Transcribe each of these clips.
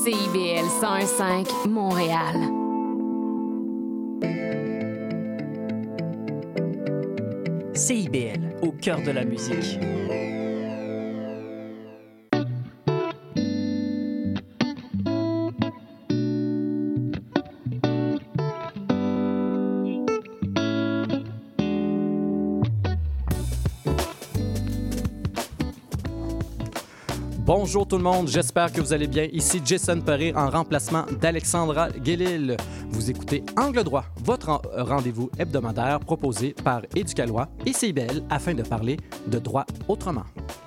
CIBL 101.5 Montréal. CIBL, au cœur de la musique. Bonjour tout le monde, j'espère que vous allez bien. Ici Jason Perret en remplacement d'Alexandra Guélil. Vous écoutez Angle droit, votre rendez-vous hebdomadaire proposé par Éducalois et CIBL afin de parler de droit autrement.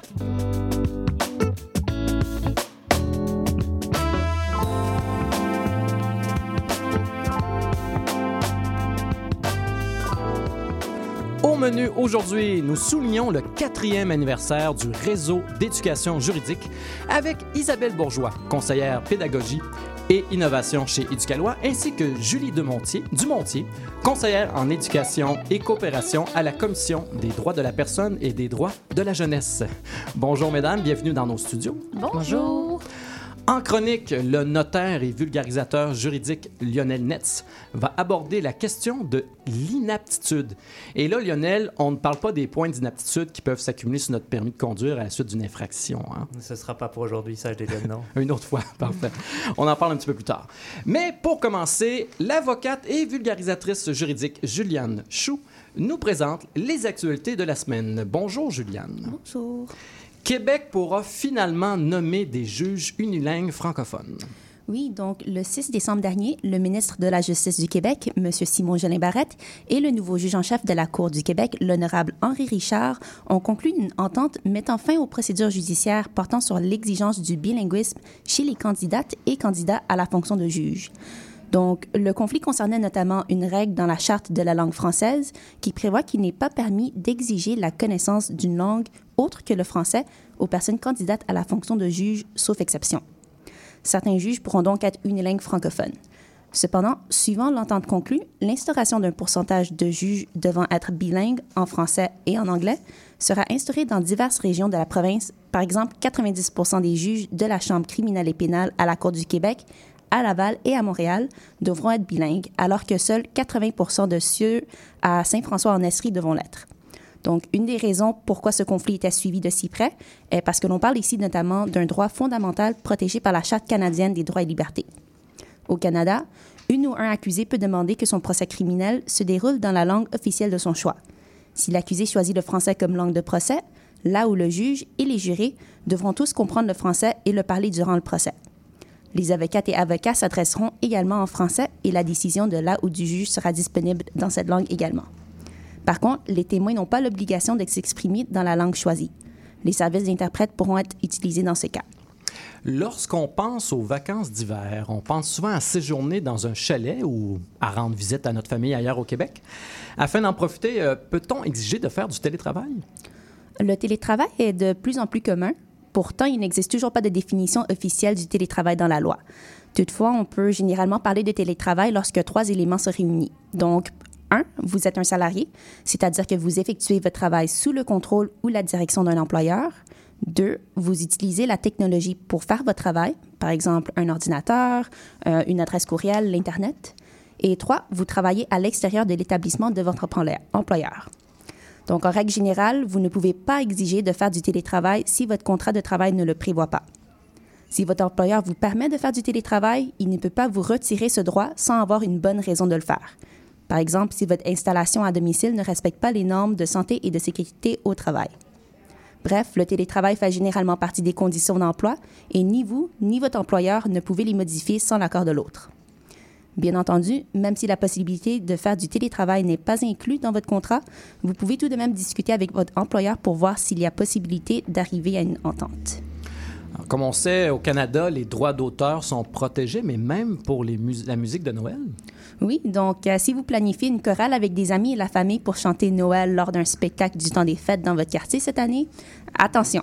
Au menu aujourd'hui, nous soulignons le 4e anniversaire du réseau d'éducation juridique avec Isabelle Bourgeois, conseillère pédagogie et innovation chez Éducalois, ainsi que Julie Dumontier, conseillère en éducation et coopération à la Commission des droits de la personne et des droits de la jeunesse. Bonjour mesdames, bienvenue dans nos studios. Bonjour. En chronique, le notaire et vulgarisateur juridique Lionel Netz va aborder la question de l'inaptitude. Et là, Lionel, on ne parle pas des points d'inaptitude qui peuvent s'accumuler sur notre permis de conduire à la suite d'une infraction. Hein? Ce ne sera pas pour aujourd'hui, ça je déjà non. Une autre fois, parfait. On en parle un petit peu plus tard. Mais pour commencer, l'avocate et vulgarisatrice juridique Juliane Chou nous présente les actualités de la semaine. Bonjour Juliane. Bonjour. Québec pourra finalement nommer des juges unilingues francophones. Oui, donc le 6 décembre dernier, le ministre de la Justice du Québec, M. Simon Jolin Barrette, et le nouveau juge en chef de la Cour du Québec, l'honorable Henri Richard, ont conclu une entente mettant fin aux procédures judiciaires portant sur l'exigence du bilinguisme chez les candidates et candidats à la fonction de juge. Donc, le conflit concernait notamment une règle dans la Charte de la langue française qui prévoit qu'il n'est pas permis d'exiger la connaissance d'une langue autre que le français aux personnes candidates à la fonction de juge, sauf exception. Certains juges pourront donc être unilingues francophones. Cependant, suivant l'entente conclue, l'instauration d'un pourcentage de juges devant être bilingues en français et en anglais sera instaurée dans diverses régions de la province. Par exemple, 90% des juges de la Chambre criminelle et pénale à la Cour du Québec, à Laval et à Montréal devront être bilingues, alors que seuls 80% de ceux à Saint-François-en-Estrie devront l'être. Donc, une des raisons pourquoi ce conflit était suivi de si près est parce que l'on parle ici notamment d'un droit fondamental protégé par la Charte canadienne des droits et libertés. Au Canada, une ou un accusé peut demander que son procès criminel se déroule dans la langue officielle de son choix. Si l'accusé choisit le français comme langue de procès, là où le juge et les jurés devront tous comprendre le français et le parler durant le procès. Les avocates et avocats s'adresseront également en français et la décision de là ou du juge sera disponible dans cette langue également. Par contre, les témoins n'ont pas l'obligation de s'exprimer dans la langue choisie. Les services d'interprètes pourront être utilisés dans ce cas. Lorsqu'on pense aux vacances d'hiver, on pense souvent à séjourner dans un chalet ou à rendre visite à notre famille ailleurs au Québec. Afin d'en profiter, peut-on exiger de faire du télétravail? Le télétravail est de plus en plus commun. Pourtant, il n'existe toujours pas de définition officielle du télétravail dans la loi. Toutefois, on peut généralement parler de télétravail lorsque 3 éléments se réunissent. Donc, 1, vous êtes un salarié, c'est-à-dire que vous effectuez votre travail sous le contrôle ou la direction d'un employeur. 2, vous utilisez la technologie pour faire votre travail, par exemple un ordinateur, une adresse courriel, l'Internet. Et 3, vous travaillez à l'extérieur de l'établissement de votre employeur. Donc, en règle générale, vous ne pouvez pas exiger de faire du télétravail si votre contrat de travail ne le prévoit pas. Si votre employeur vous permet de faire du télétravail, il ne peut pas vous retirer ce droit sans avoir une bonne raison de le faire. Par exemple, si votre installation à domicile ne respecte pas les normes de santé et de sécurité au travail. Bref, le télétravail fait généralement partie des conditions d'emploi et ni vous ni votre employeur ne pouvez les modifier sans l'accord de l'autre. Bien entendu, même si la possibilité de faire du télétravail n'est pas inclue dans votre contrat, vous pouvez tout de même discuter avec votre employeur pour voir s'il y a possibilité d'arriver à une entente. Alors, comme on sait, au Canada, les droits d'auteur sont protégés, mais même pour la musique de Noël? Oui, donc si vous planifiez une chorale avec des amis et la famille pour chanter Noël lors d'un spectacle du temps des fêtes dans votre quartier cette année, attention,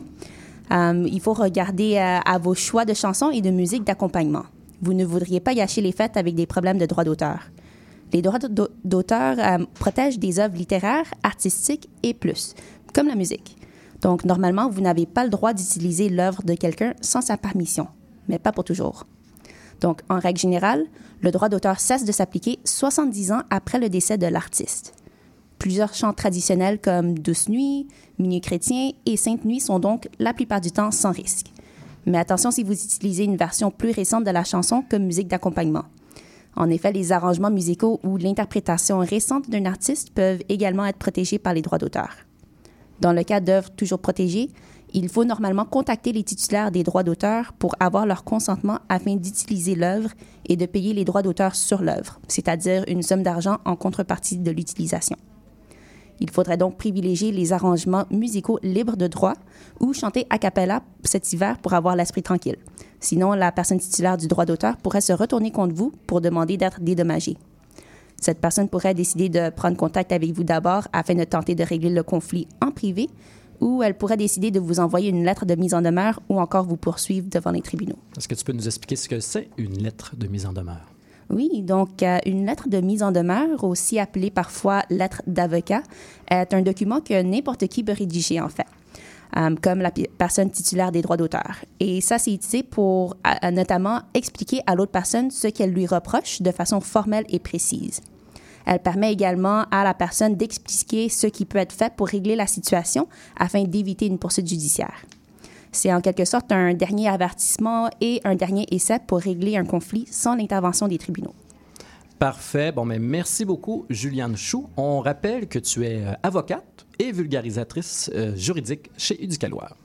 il faut regarder à vos choix de chansons et de musique d'accompagnement. Vous ne voudriez pas gâcher les fêtes avec des problèmes de droits d'auteur. Les droits d'auteur protègent des œuvres littéraires, artistiques et plus, comme la musique. Donc, normalement, vous n'avez pas le droit d'utiliser l'œuvre de quelqu'un sans sa permission, mais pas pour toujours. Donc, en règle générale, le droit d'auteur cesse de s'appliquer 70 ans après le décès de l'artiste. Plusieurs chants traditionnels comme Douce Nuit, Minuit chrétien et Sainte Nuit sont donc la plupart du temps sans risque. Mais attention si vous utilisez une version plus récente de la chanson comme musique d'accompagnement. En effet, les arrangements musicaux ou l'interprétation récente d'un artiste peuvent également être protégés par les droits d'auteur. Dans le cas d'œuvres toujours protégées, il faut normalement contacter les titulaires des droits d'auteur pour avoir leur consentement afin d'utiliser l'œuvre et de payer les droits d'auteur sur l'œuvre, c'est-à-dire une somme d'argent en contrepartie de l'utilisation. Il faudrait donc privilégier les arrangements musicaux libres de droit ou chanter a cappella cet hiver pour avoir l'esprit tranquille. Sinon, la personne titulaire du droit d'auteur pourrait se retourner contre vous pour demander d'être dédommagée. Cette personne pourrait décider de prendre contact avec vous d'abord afin de tenter de régler le conflit en privé, ou elle pourrait décider de vous envoyer une lettre de mise en demeure ou encore vous poursuivre devant les tribunaux. Est-ce que tu peux nous expliquer ce que c'est une lettre de mise en demeure? Oui, donc une lettre de mise en demeure, aussi appelée parfois lettre d'avocat, est un document que n'importe qui peut rédiger en fait, comme la personne titulaire des droits d'auteur. Et ça, c'est utilisé pour notamment expliquer à l'autre personne ce qu'elle lui reproche de façon formelle et précise. Elle permet également à la personne d'expliquer ce qui peut être fait pour régler la situation afin d'éviter une poursuite judiciaire. C'est en quelque sorte un dernier avertissement et un dernier essai pour régler un conflit sans l'intervention des tribunaux. Parfait. Bon, mais merci beaucoup, Juliane Chou. On rappelle que tu es avocate et vulgarisatrice juridique chez Éducaloire.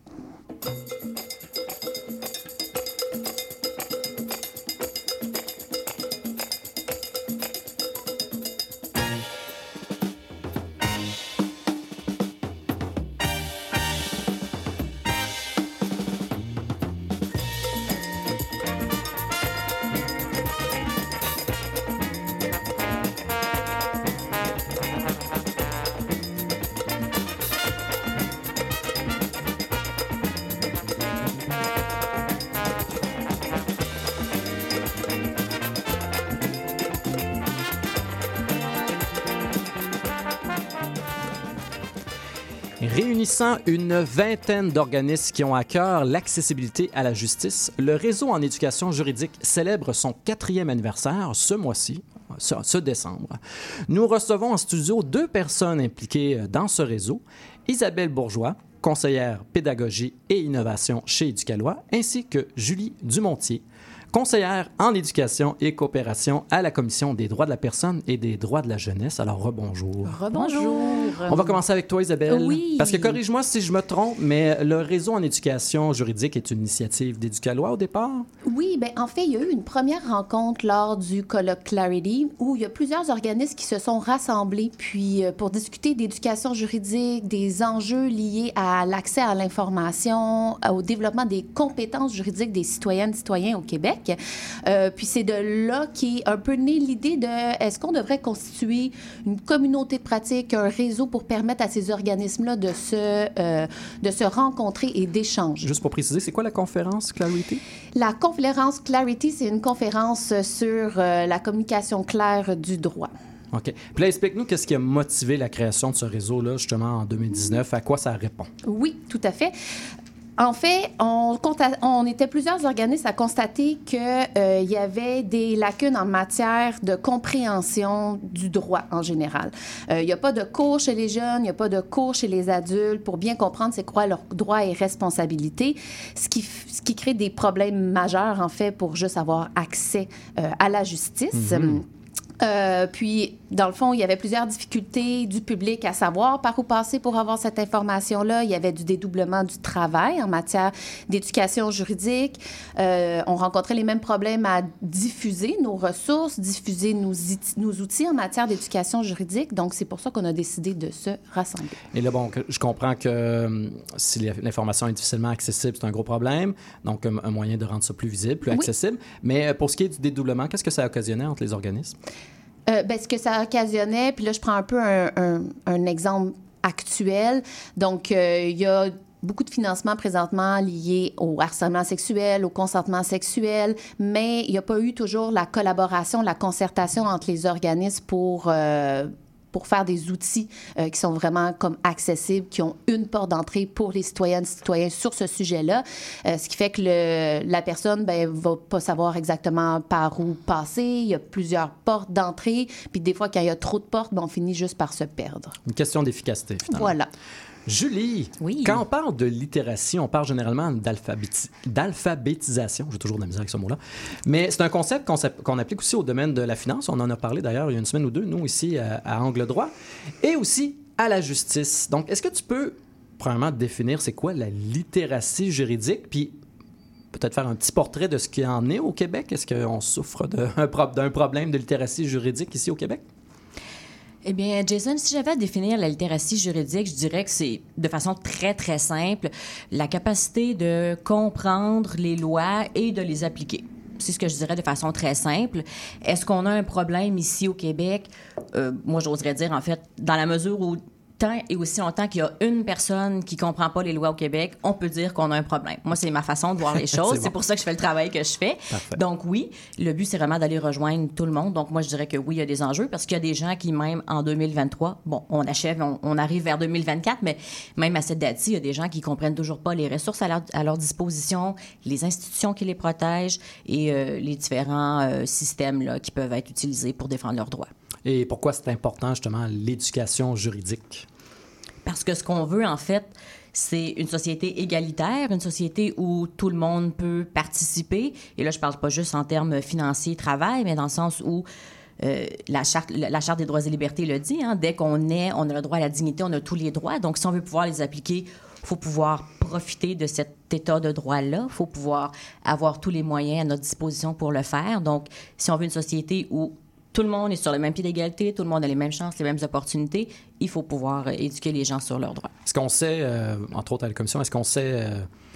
Réunissant une vingtaine d'organismes qui ont à cœur l'accessibilité à la justice, le réseau en éducation juridique célèbre son 4e anniversaire ce mois-ci, ce décembre. Nous recevons en studio 2 personnes impliquées dans ce réseau, Isabelle Bourgeois, conseillère pédagogie et innovation chez Éducalois, ainsi que Julie Dumontier, conseillère en éducation et coopération à la Commission des droits de la personne et des droits de la jeunesse. Alors, rebonjour. Rebonjour. On va commencer avec toi, Isabelle. Oui. Parce que, corrige-moi si je me trompe, mais le réseau en éducation juridique est une initiative d'Éducalois au départ? Oui, bien, en fait, il y a eu une première rencontre lors du colloque Clarity où il y a plusieurs organismes qui se sont rassemblés puis pour discuter d'éducation juridique, des enjeux liés à l'accès à l'information, au développement des compétences juridiques des citoyennes et citoyens au Québec. Puis c'est de là qu'est un peu née l'idée de est-ce qu'on devrait constituer une communauté de pratique, un réseau pour permettre à ces organismes-là de se rencontrer et d'échanger. Juste pour préciser, c'est quoi la conférence Clarity? La conférence Clarity, c'est une conférence sur la communication claire du droit. OK. Puis là, explique-nous qu'est-ce qui a motivé la création de ce réseau-là, justement, en 2019. À quoi ça répond? Oui, tout à fait. En fait, on était plusieurs organismes à constater qu'il y avait des lacunes en matière de compréhension du droit en général. Il n'y a pas de cours chez les jeunes, il n'y a pas de cours chez les adultes pour bien comprendre c'est quoi leurs droits et responsabilités, ce qui crée des problèmes majeurs, en fait, pour juste avoir accès à la justice. Mm-hmm. Puis, dans le fond, il y avait plusieurs difficultés du public à savoir par où passer pour avoir cette information-là. Il y avait du dédoublement du travail en matière d'éducation juridique. On rencontrait les mêmes problèmes à diffuser nos ressources, diffuser nos outils en matière d'éducation juridique. Donc, c'est pour ça qu'on a décidé de se rassembler. Et là, bon, je comprends que si l'information est difficilement accessible, c'est un gros problème. Donc, un moyen de rendre ça plus visible, plus accessible. Mais pour ce qui est du dédoublement, qu'est-ce que ça a occasionné entre les organismes? Ce que ça occasionnait, puis là, je prends un peu un exemple actuel. Donc, il y a beaucoup de financements présentement liés au harcèlement sexuel, au consentement sexuel, mais il n'y a pas eu toujours la collaboration, la concertation entre les organismes pour pour faire des outils qui sont vraiment comme accessibles, qui ont une porte d'entrée pour les citoyennes et citoyens sur ce sujet-là, ce qui fait que la personne va pas savoir exactement par où passer. Il y a plusieurs portes d'entrée, puis des fois, quand il y a trop de portes, on finit juste par se perdre. Une question d'efficacité, finalement. Voilà. Julie, Oui. quand on parle de littératie, on parle généralement d'alphabétisation. J'ai toujours de la misère avec ce mot-là. Mais c'est un concept qu'on applique aussi au domaine de la finance. On en a parlé d'ailleurs il y a une semaine ou deux, nous, ici, à Angle Droit. Et aussi à la justice. Donc, est-ce que tu peux, premièrement, définir c'est quoi la littératie juridique? Puis, peut-être faire un petit portrait de ce qu'il en est au Québec. Est-ce qu'on souffre d'un problème de littératie juridique ici au Québec? Eh bien, Jason, si j'avais à définir la littératie juridique, je dirais que c'est, de façon très, très simple, la capacité de comprendre les lois et de les appliquer. C'est ce que je dirais de façon très simple. Est-ce qu'on a un problème ici au Québec? Moi, j'oserais dire, en fait, dans la mesure où tant et aussi longtemps qu'il y a une personne qui comprend pas les lois au Québec, on peut dire qu'on a un problème. Moi, c'est ma façon de voir les choses. C'est pour ça que je fais le travail que je fais. Parfait. Donc oui, le but, c'est vraiment d'aller rejoindre tout le monde. Donc moi, je dirais que oui, il y a des enjeux parce qu'il y a des gens qui, même en 2023, bon, on achève, on arrive vers 2024, mais même à cette date-ci, il y a des gens qui comprennent toujours pas les ressources à leur disposition, les institutions qui les protègent et les différents systèmes là, qui peuvent être utilisés pour défendre leurs droits. Et pourquoi c'est important, justement, l'éducation juridique? Parce que ce qu'on veut, en fait, c'est une société égalitaire, une société où tout le monde peut participer. Et là, je ne parle pas juste en termes financiers, travail, mais dans le sens où la Charte des droits et libertés le dit. Hein, dès qu'on est, on a le droit à la dignité, on a tous les droits. Donc, si on veut pouvoir les appliquer, il faut pouvoir profiter de cet état de droit-là. Il faut pouvoir avoir tous les moyens à notre disposition pour le faire. Donc, si on veut une société où tout le monde est sur le même pied d'égalité, tout le monde a les mêmes chances, les mêmes opportunités, il faut pouvoir éduquer les gens sur leurs droits. Est-ce qu'on sait, entre autres à la Commission, est-ce qu'on sait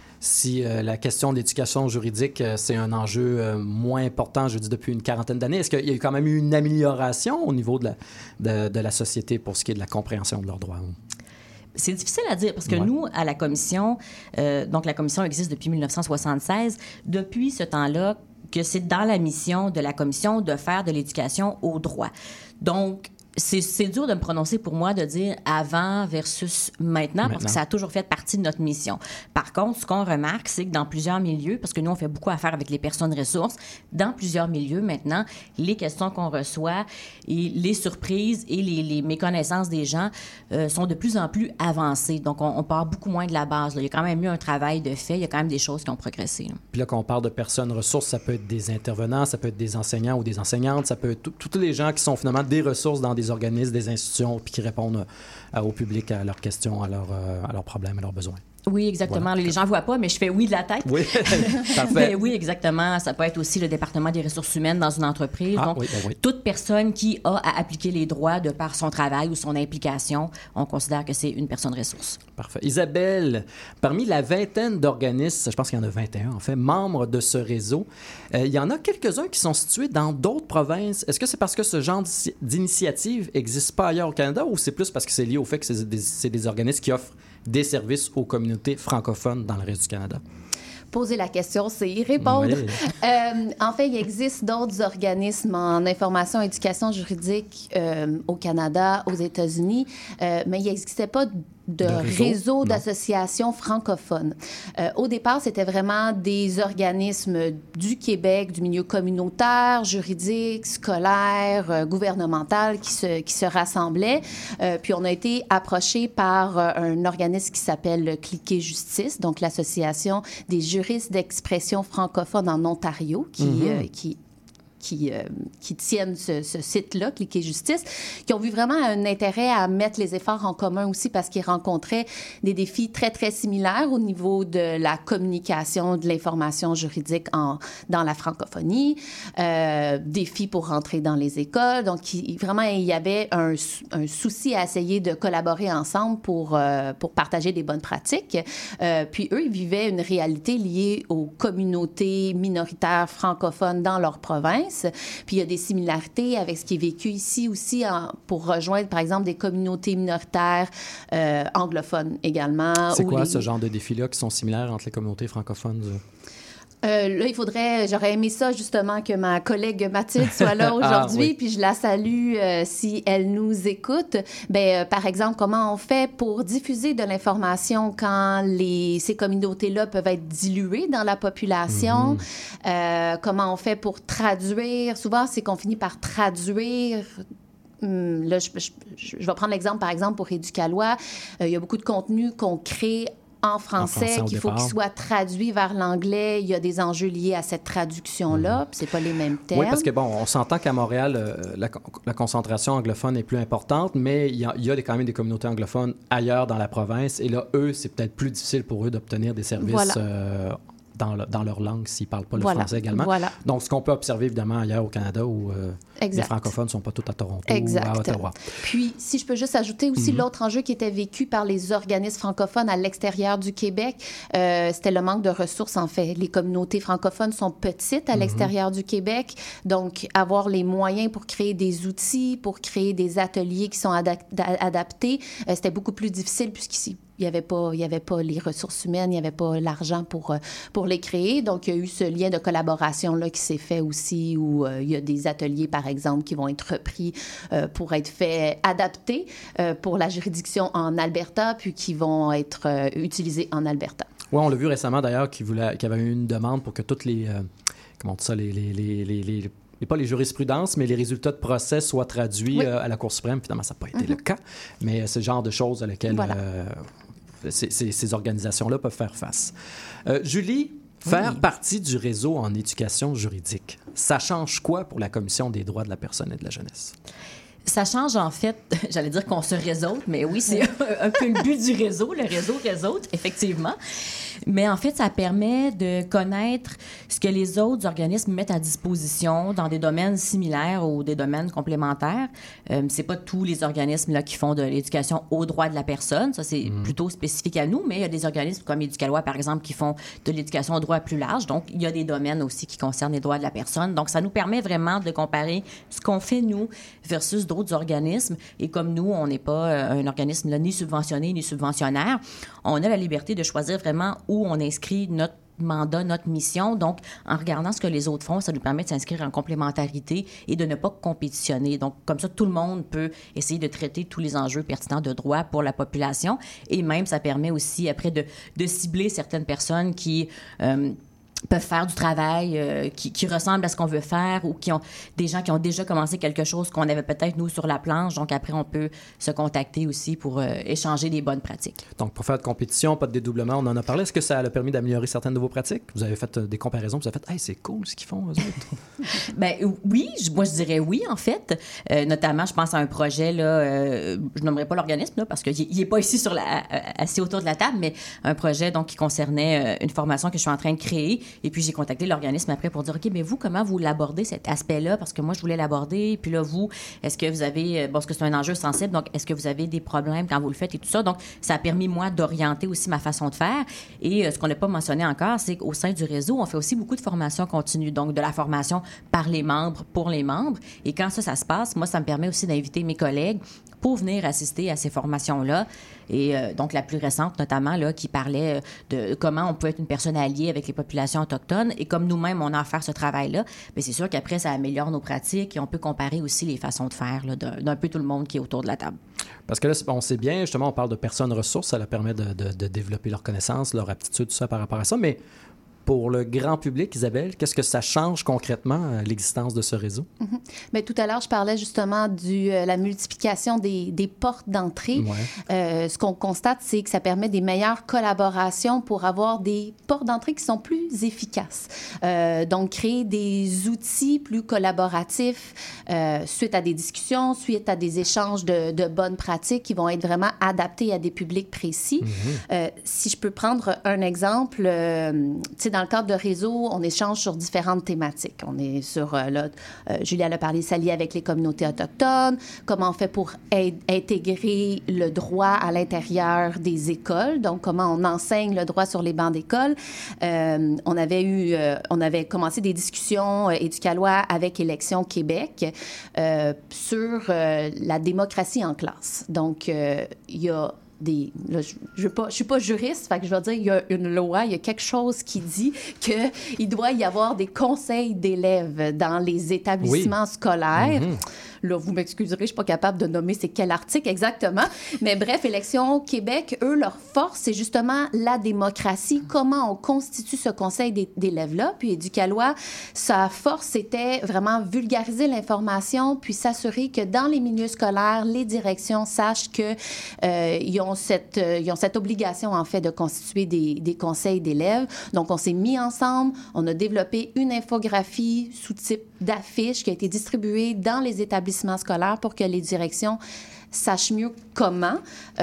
si la question de l'éducation juridique, c'est un enjeu moins important, je dis, depuis une quarantaine d'années? Est-ce qu'il y a quand même eu une amélioration au niveau de la société pour ce qui est de la compréhension de leurs droits? C'est difficile à dire parce que Ouais. nous, à la Commission, donc la Commission existe depuis 1976, depuis ce temps-là, que c'est dans la mission de la Commission de faire de l'éducation au droit. Donc, c'est dur de me prononcer pour moi de dire avant versus maintenant, parce que ça a toujours fait partie de notre mission. Par contre, ce qu'on remarque, c'est que dans plusieurs milieux, parce que nous, on fait beaucoup affaire avec les personnes ressources, dans plusieurs milieux maintenant, les questions qu'on reçoit et les surprises et les méconnaissances des gens sont de plus en plus avancées. Donc, on part beaucoup moins de la base, là. Il y a quand même eu un travail de fait, il y a quand même des choses qui ont progressé, là. Puis là, quand on parle de personnes ressources, ça peut être des intervenants, ça peut être des enseignants ou des enseignantes, ça peut être tous les gens qui sont finalement des ressources dans des organismes, des institutions, puis qui répondent au public à leurs questions, à leurs problèmes, à leurs besoins. Oui, exactement. Voilà. Les gens ne voient pas, mais je fais oui de la tête. Oui, parfait. Mais oui, exactement. Ça peut être aussi le département des ressources humaines dans une entreprise. Ah, Donc, oui, ben oui. toute personne qui a à appliquer les droits de par son travail ou son implication, on considère que c'est une personne ressource. Parfait. Isabelle, parmi la vingtaine d'organismes, je pense qu'il y en a 21 en fait, membres de ce réseau, il y en a quelques-uns qui sont situés dans d'autres provinces. Est-ce que c'est parce que ce genre d'initiative n'existe pas ailleurs au Canada ou c'est plus parce que c'est lié au fait que c'est des organismes qui offrent des services aux communautés francophones dans le reste du Canada? Poser la question, c'est y répondre. Oui. En fait, il existe d'autres organismes en information et éducation juridique au Canada, aux États-Unis, mais il n'existait pas de réseau d'associations francophones. Au départ, c'était vraiment des organismes du Québec, du milieu communautaire, juridique, scolaire, gouvernemental qui se rassemblaient. Puis on a été approché par un organisme qui s'appelle Cliquet Justice, donc l'Association des juristes d'expression francophone en Ontario, qui tiennent ce site-là, Cliquet Justice, qui ont vu vraiment un intérêt à mettre les efforts en commun aussi parce qu'ils rencontraient des défis très, très similaires au niveau de la communication, de l'information juridique dans la francophonie, défis pour rentrer dans les écoles. Donc, vraiment, il y avait un souci à essayer de collaborer ensemble pour partager des bonnes pratiques. Puis eux, ils vivaient une réalité liée aux communautés minoritaires francophones dans leur province. Puis il y a des similarités avec ce qui est vécu ici aussi pour rejoindre, par exemple, des communautés minoritaires anglophones également. C'est quoi ce genre de défis-là qui sont similaires entre les communautés francophones? Là, j'aurais aimé ça justement que ma collègue Mathilde soit là aujourd'hui, puis je la salue si elle nous écoute. Par exemple, comment on fait pour diffuser de l'information quand ces communautés-là peuvent être diluées dans la population? Comment on fait pour traduire? Souvent, c'est qu'on finit par traduire. Là, je vais prendre l'exemple, par exemple, pour Éducalois. Il y a beaucoup de contenu qu'on crée en français qu'il faut qu'il soit traduit vers l'anglais. Il y a des enjeux liés à cette traduction-là, puis c'est pas les mêmes termes. Oui, parce que, on s'entend qu'à Montréal, la concentration anglophone est plus importante, mais il y a quand même des communautés anglophones ailleurs dans la province, et là, eux, c'est peut-être plus difficile pour eux d'obtenir des services dans leur langue s'ils ne parlent pas le français également. Donc, ce qu'on peut observer, évidemment, ailleurs au Canada, où les francophones ne sont pas tous à Toronto ou à Ottawa. Puis, si je peux juste ajouter aussi l'autre enjeu qui était vécu par les organismes francophones à l'extérieur du Québec, c'était le manque de ressources, en fait. Les communautés francophones sont petites à l'extérieur du Québec, donc avoir les moyens pour créer des outils, pour créer des ateliers qui sont adaptés, c'était beaucoup plus difficile puisqu'ici, il n'y avait pas les ressources humaines, il n'y avait pas l'argent pour les créer. Donc, il y a eu ce lien de collaboration-là qui s'est fait aussi, où il y a des ateliers, par exemple, qui vont être repris pour être faits, adaptés pour la juridiction en Alberta, puis qui vont être utilisés en Alberta. Oui, on l'a vu récemment, d'ailleurs, qu'il y avait eu une demande pour que toutes les... comment on dit ça? Pas les jurisprudences, mais les résultats de procès soient traduits à la Cour suprême. Finalement, ça n'a pas été le cas, mais c'est le genre de choses à laquelle... ces organisations-là peuvent faire face. Julie, faire partie du réseau en éducation juridique, ça change quoi pour la Commission des droits de la personne et de la jeunesse? Ça change, en fait, j'allais dire qu'on se réseaute, mais oui, c'est un peu le but du réseau. Le réseau réseaute, effectivement. Mais en fait, ça permet de connaître ce que les autres organismes mettent à disposition dans des domaines similaires ou des domaines complémentaires. C'est pas tous les organismes là, qui font de l'éducation aux droits de la personne. Ça, c'est plutôt spécifique à nous, mais il y a des organismes comme Éducalois, par exemple, qui font de l'éducation aux droits plus large. Donc, il y a des domaines aussi qui concernent les droits de la personne. Donc, ça nous permet vraiment de comparer ce qu'on fait, nous, versus d'autres organismes. Et comme nous, on n'est pas un organisme là, ni subventionné, ni subventionnaire, on a la liberté de choisir vraiment où on inscrit notre mandat, notre mission. Donc, en regardant ce que les autres font, ça nous permet de s'inscrire en complémentarité et de ne pas compétitionner. Donc, comme ça, tout le monde peut essayer de traiter tous les enjeux pertinents de droit pour la population. Et même, ça permet aussi, après, de cibler certaines personnes qui... peuvent faire du travail qui ressemble à ce qu'on veut faire, ou qui ont des gens qui ont déjà commencé quelque chose qu'on avait peut-être, nous, sur la planche. Donc, après, on peut se contacter aussi pour échanger des bonnes pratiques. Donc, pour faire de compétition, pas de dédoublement, on en a parlé. Est-ce que ça a permis d'améliorer certaines de vos pratiques? Vous avez fait des comparaisons, vous avez fait « Hey, c'est cool ce qu'ils font, eux autres! » Bien, oui, moi, je dirais oui, en fait. Notamment, je pense à un projet, là, je nommerai pas l'organisme, là, parce qu'il n'est pas ici assis autour de la table, mais un projet donc, qui concernait une formation que je suis en train de créer. Et puis, j'ai contacté l'organisme après pour dire, OK, mais vous, comment vous l'abordez, cet aspect-là? Parce que moi, je voulais l'aborder. Et puis là, vous, est-ce que vous avez... parce que c'est un enjeu sensible, donc est-ce que vous avez des problèmes quand vous le faites et tout ça? Donc, ça a permis, moi, d'orienter aussi ma façon de faire. Et ce qu'on n'a pas mentionné encore, c'est qu'au sein du réseau, on fait aussi beaucoup de formation continue. Donc, de la formation par les membres, pour les membres. Et quand ça se passe, moi, ça me permet aussi d'inviter mes collègues pour venir assister à ces formations-là. Et donc, la plus récente, notamment, là, qui parlait de comment on peut être une personne alliée avec les populations autochtones. Et comme nous-mêmes, on a à faire ce travail-là, bien, c'est sûr qu'après, ça améliore nos pratiques et on peut comparer aussi les façons de faire là, d'un peu tout le monde qui est autour de la table. Parce que là, on sait bien, justement, on parle de personnes ressources, ça leur permet de développer leurs connaissances, leur aptitude, tout ça par rapport à ça, mais pour le grand public, Isabelle, qu'est-ce que ça change concrètement, l'existence de ce réseau? Bien, tout à l'heure, je parlais justement de la multiplication des portes d'entrée. Ce qu'on constate, c'est que ça permet des meilleures collaborations pour avoir des portes d'entrée qui sont plus efficaces. Donc, créer des outils plus collaboratifs suite à des discussions, suite à des échanges de bonnes pratiques qui vont être vraiment adaptés à des publics précis. Si je peux prendre un exemple, tu sais, dans le cadre de réseau, on échange sur différentes thématiques. On est sur, là, Julia a parlé, s'allier avec les communautés autochtones, comment on fait pour intégrer le droit à l'intérieur des écoles, donc comment on enseigne le droit sur les bancs d'école. On avait commencé des discussions Éducalois avec Élections Québec sur la démocratie en classe. Donc, il y a là, je suis pas juriste, fait que je vais dire, il y a une loi, il y a quelque chose qui dit qu'il doit y avoir des conseils d'élèves dans les établissements scolaires. Là, vous m'excuserez, je suis pas capable de nommer c'est quel article exactement. Mais bref, Élections Québec, eux, leur force, c'est justement la démocratie. Comment on constitue ce conseil d'élèves-là. Puis Éducalois, sa force, c'était vraiment vulgariser l'information puis s'assurer que dans les milieux scolaires, les directions sachent qu'ils ont cette obligation, en fait, de constituer des conseils d'élèves. Donc, on s'est mis ensemble, on a développé une infographie sous type d'affiche qui a été distribuée dans les établissements scolaires pour que les directions sachent mieux comment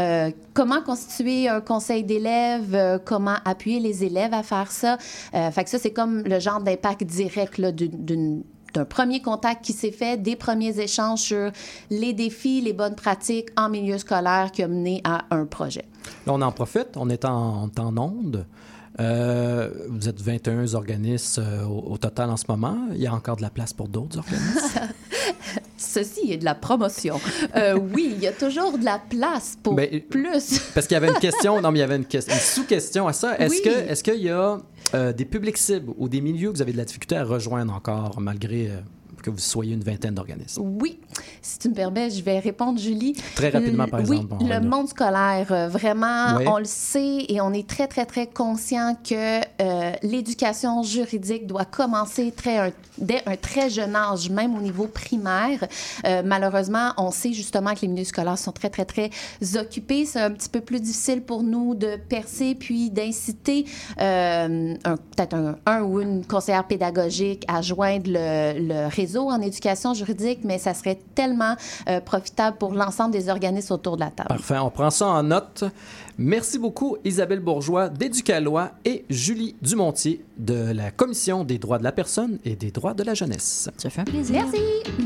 constituer un conseil d'élèves, comment appuyer les élèves à faire ça. Fait que ça, c'est comme le genre d'impact direct là, d'un premier contact qui s'est fait, des premiers échanges sur les défis, les bonnes pratiques en milieu scolaire qui a mené à un projet. Là, on en profite, on est en onde. Vous êtes 21 organismes au total en ce moment. Il y a encore de la place pour d'autres organismes? Ceci est de la promotion. Oui, il y a toujours de la place pour plus. Parce qu'il y avait une question, il y avait une sous-question à ça. Est-ce qu'il y a des publics cibles ou des milieux que vous avez de la difficulté à rejoindre encore, malgré que vous soyez une vingtaine d'organismes? Oui. Si tu me permets, je vais répondre, Julie. Très rapidement, par exemple. Oui, le monde scolaire, vraiment, on le sait et on est très, très, très conscient que l'éducation juridique doit commencer dès un très jeune âge, même au niveau primaire. Malheureusement, on sait justement que les milieux scolaires sont très, très, très occupés. C'est un petit peu plus difficile pour nous de percer puis d'inciter peut-être un ou une conseillère pédagogique à joindre le réseau en éducation juridique, mais ça serait tellement profitable pour l'ensemble des organismes autour de la table. Parfait, on prend ça en note. Merci beaucoup Isabelle Bourgeois d'Éducalois et Julie Dumontier de la Commission des droits de la personne et des droits de la jeunesse. Ça fait un plaisir. Merci!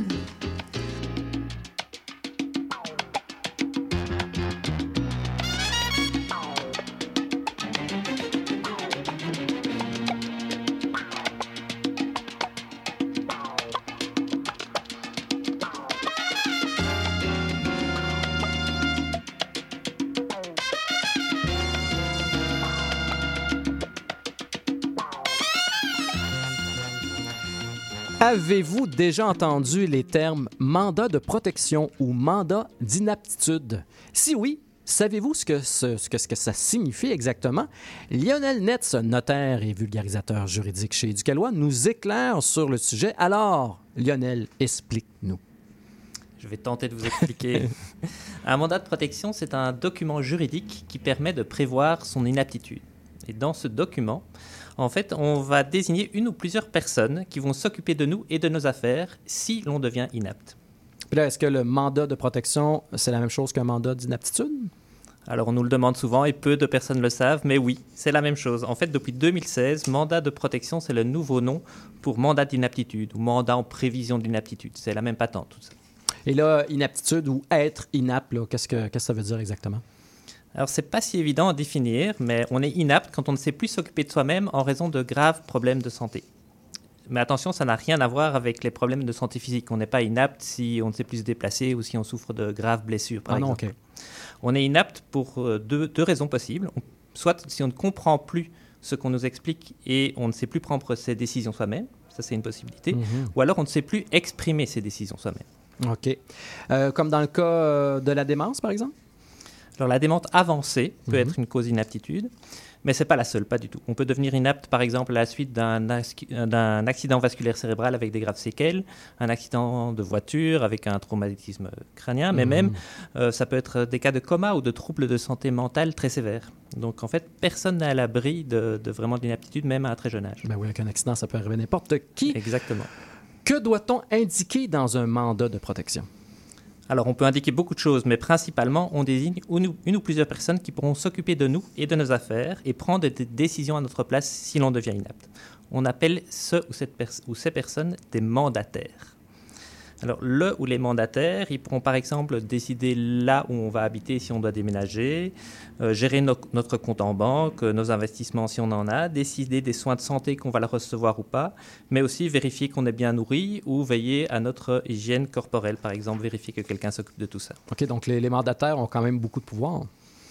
Avez-vous déjà entendu les termes mandat de protection ou mandat d'inaptitude? Si oui, savez-vous ce que ça signifie exactement? Lionel Netz, notaire et vulgarisateur juridique chez Éducalois, nous éclaire sur le sujet. Alors, Lionel, explique-nous. Je vais tenter de vous expliquer. Un mandat de protection, c'est un document juridique qui permet de prévoir son inaptitude. Et dans ce document, en fait, on va désigner une ou plusieurs personnes qui vont s'occuper de nous et de nos affaires si l'on devient inapte. Puis là, est-ce que le mandat de protection, c'est la même chose qu'un mandat d'inaptitude? Alors, on nous le demande souvent et peu de personnes le savent, mais oui, c'est la même chose. En fait, depuis 2016, mandat de protection, c'est le nouveau nom pour mandat d'inaptitude ou mandat en prévision d'inaptitude. C'est la même patente, tout ça. Et là, inaptitude ou être inapte, là, qu'est-ce que ça veut dire exactement? Alors, c'est pas si évident à définir, mais on est inapte quand on ne sait plus s'occuper de soi-même en raison de graves problèmes de santé. Mais attention, ça n'a rien à voir avec les problèmes de santé physique. On n'est pas inapte si on ne sait plus se déplacer ou si on souffre de graves blessures, par exemple. Non, okay. On est inapte pour deux raisons possibles. Soit si on ne comprend plus ce qu'on nous explique et on ne sait plus prendre ses décisions soi-même, ça c'est une possibilité, ou alors on ne sait plus exprimer ses décisions soi-même. OK. Comme dans le cas de la démence, par exemple? Alors, la démence avancée peut être une cause d'inaptitude, mais ce n'est pas la seule, pas du tout. On peut devenir inapte, par exemple, à la suite d'un accident vasculaire cérébral avec des graves séquelles, un accident de voiture avec un traumatisme crânien, mais même, ça peut être des cas de coma ou de troubles de santé mentale très sévères. Donc, en fait, personne n'est à l'abri de vraiment d'inaptitude, même à un très jeune âge. Ben oui, avec un accident, ça peut arriver à n'importe qui. Exactement. Que doit-on indiquer dans un mandat de protection? Alors, on peut indiquer beaucoup de choses, mais principalement, on désigne une ou plusieurs personnes qui pourront s'occuper de nous et de nos affaires et prendre des décisions à notre place si l'on devient inapte. On appelle ce ou ces personnes des mandataires. Alors, le ou les mandataires, ils pourront par exemple décider là où on va habiter si on doit déménager, gérer notre compte en banque, nos investissements si on en a, décider des soins de santé qu'on va recevoir ou pas, mais aussi vérifier qu'on est bien nourri ou veiller à notre hygiène corporelle, par exemple, vérifier que quelqu'un s'occupe de tout ça. OK, donc les mandataires ont quand même beaucoup de pouvoir.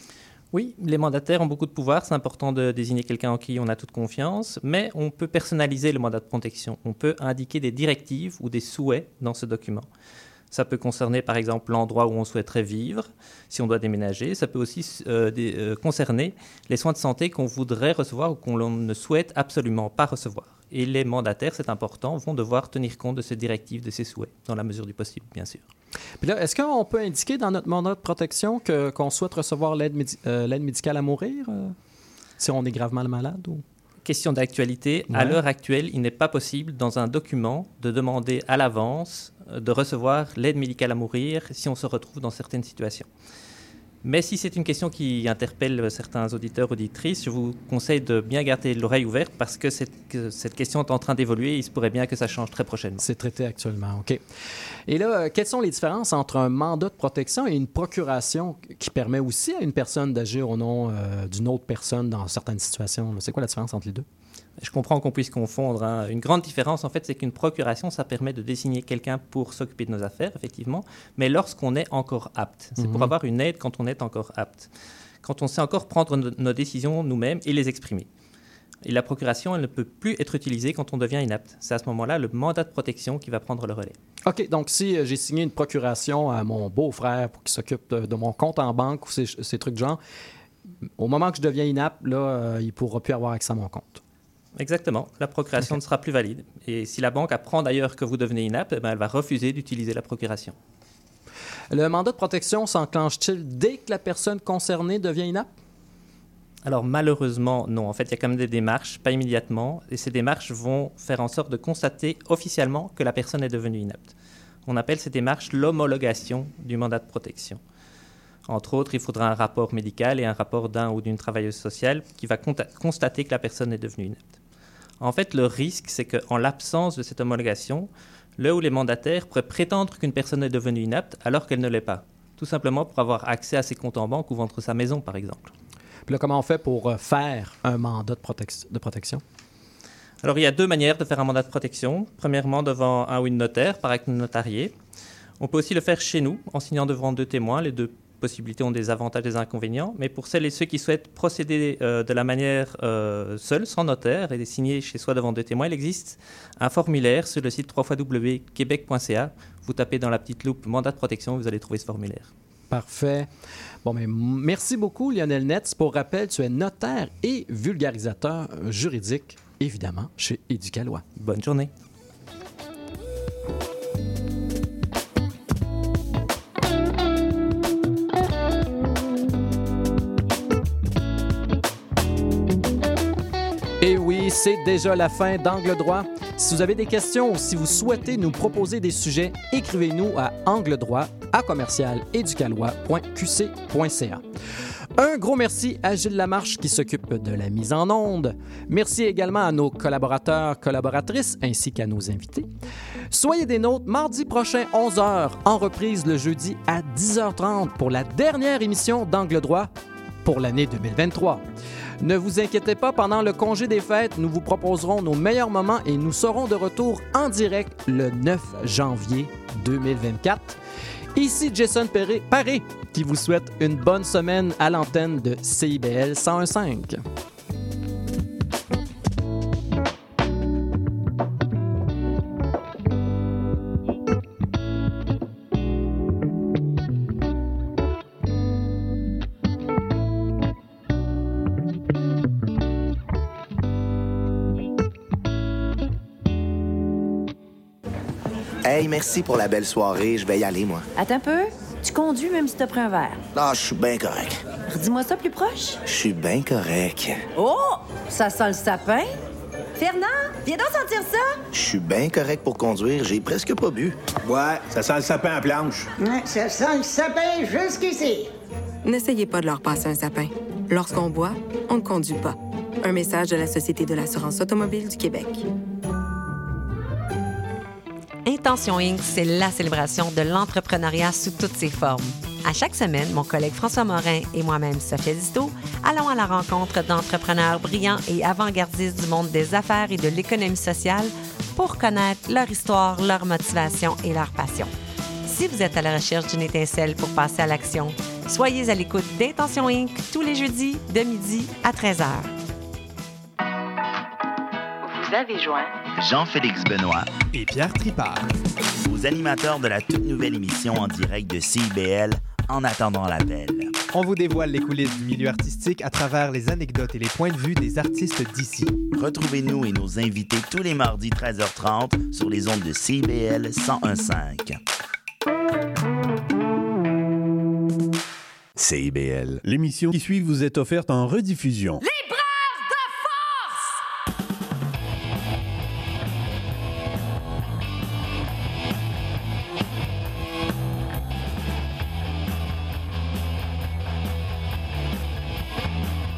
Oui, les mandataires ont beaucoup de pouvoir. C'est important de désigner quelqu'un en qui on a toute confiance, mais on peut personnaliser le mandat de protection. On peut indiquer des directives ou des souhaits dans ce document. Ça peut concerner, par exemple, l'endroit où on souhaiterait vivre, si on doit déménager. Ça peut aussi concerner les soins de santé qu'on voudrait recevoir ou qu'on ne souhaite absolument pas recevoir. Et les mandataires, c'est important, vont devoir tenir compte de ces directives, de ces souhaits, dans la mesure du possible, bien sûr. Puis là, est-ce qu'on peut indiquer dans notre mandat de protection qu'on souhaite recevoir l'aide médicale à mourir, si on est gravement malade? Ou... Question d'actualité. Ouais. À l'heure actuelle, il n'est pas possible, dans un document, de demander à l'avance de recevoir l'aide médicale à mourir si on se retrouve dans certaines situations. Mais si c'est une question qui interpelle certains auditeurs, auditrices, je vous conseille de bien garder l'oreille ouverte parce que cette question est en train d'évoluer et il se pourrait bien que ça change très prochainement. C'est traité actuellement, OK. Et là, quelles sont les différences entre un mandat de protection et une procuration qui permet aussi à une personne d'agir au nom d'une autre personne dans certaines situations? C'est quoi la différence entre les deux? Je comprends qu'on puisse confondre. Hein. Une grande différence, en fait, c'est qu'une procuration, ça permet de désigner quelqu'un pour s'occuper de nos affaires, effectivement, mais lorsqu'on est encore apte. C'est pour avoir une aide quand on est encore apte. Quand on sait encore prendre nos décisions nous-mêmes et les exprimer. Et la procuration, elle ne peut plus être utilisée quand on devient inapte. C'est à ce moment-là le mandat de protection qui va prendre le relais. OK, donc si j'ai signé une procuration à mon beau-frère pour qu'il s'occupe de mon compte en banque ou ces trucs de genre, au moment que je deviens inapte, là, il ne pourra plus avoir accès à mon compte. Exactement. La procuration ne sera plus valide. Et si la banque apprend d'ailleurs que vous devenez inapte, elle va refuser d'utiliser la procuration. Le mandat de protection s'enclenche-t-il dès que la personne concernée devient inapte? Alors malheureusement, non. En fait, il y a quand même des démarches, pas immédiatement. Et ces démarches vont faire en sorte de constater officiellement que la personne est devenue inapte. On appelle ces démarches l'homologation du mandat de protection. Entre autres, il faudra un rapport médical et un rapport d'un ou d'une travailleuse sociale qui va constater que la personne est devenue inapte. En fait, le risque, c'est qu'en l'absence de cette homologation, là où les mandataires pourraient prétendre qu'une personne est devenue inapte alors qu'elle ne l'est pas, tout simplement pour avoir accès à ses comptes en banque ou vendre sa maison, par exemple. Puis là, comment on fait pour faire un mandat de protection? Alors, il y a deux manières de faire un mandat de protection. Premièrement, devant un ou une notaire, par acte notarié. On peut aussi le faire chez nous, en signant devant deux témoins. Les deux possibilités ont des avantages et des inconvénients. Mais pour celles et ceux qui souhaitent procéder de la manière seule, sans notaire, et signer chez soi devant deux témoins, il existe un formulaire sur le site www.quebec.ca. Vous tapez dans la petite loupe « mandat de protection », vous allez trouver ce formulaire. Parfait. Bon, mais merci beaucoup, Lionel Netz. Pour rappel, tu es notaire et vulgarisateur juridique, évidemment, chez Éducalois. Bonne journée. Et oui, c'est déjà la fin d'Angle droit. Si vous avez des questions ou si vous souhaitez nous proposer des sujets, écrivez-nous à angledroit@éducalois.qc.ca. Un gros merci à Gilles Lamarche qui s'occupe de la mise en onde. Merci également à nos collaborateurs, collaboratrices ainsi qu'à nos invités. Soyez des nôtres mardi prochain 11h, en reprise le jeudi à 10h30 pour la dernière émission d'Angle droit pour l'année 2023. Ne vous inquiétez pas, pendant le congé des fêtes, nous vous proposerons nos meilleurs moments et nous serons de retour en direct le 9 janvier 2024. Ici Jason Paré qui vous souhaite une bonne semaine à l'antenne de CIBL 101.5. Hey, merci pour la belle soirée. Je vais y aller, moi. Attends un peu. Tu conduis même si t'as pris un verre. Ah, je suis bien correct. Redis-moi ça plus proche. Je suis bien correct. Oh! Ça sent le sapin. Fernand, viens donc sentir ça. Je suis bien correct pour conduire. J'ai presque pas bu. Ouais, ça sent le sapin à planche. Ouais, ça sent le sapin jusqu'ici. N'essayez pas de leur passer un sapin. Lorsqu'on boit, on ne conduit pas. Un message de la Société de l'assurance automobile du Québec. Intention Inc., c'est la célébration de l'entrepreneuriat sous toutes ses formes. À chaque semaine, mon collègue François Morin et moi-même, Sophia Zito, allons à la rencontre d'entrepreneurs brillants et avant-gardistes du monde des affaires et de l'économie sociale pour connaître leur histoire, leur motivation et leur passion. Si vous êtes à la recherche d'une étincelle pour passer à l'action, Soyez à l'écoute d'Intention Inc. tous les jeudis de midi à 13h. Vous avez joint Jean-Félix Benoît et Pierre Tripart, aux animateurs de la toute nouvelle émission en direct de CIBL, En attendant l'appel. On vous dévoile les coulisses du milieu artistique à travers les anecdotes et les points de vue des artistes d'ici. Retrouvez-nous et nos invités tous les mardis 13h30 sur les ondes de CIBL 101.5. CIBL. L'émission qui suit vous est offerte en rediffusion.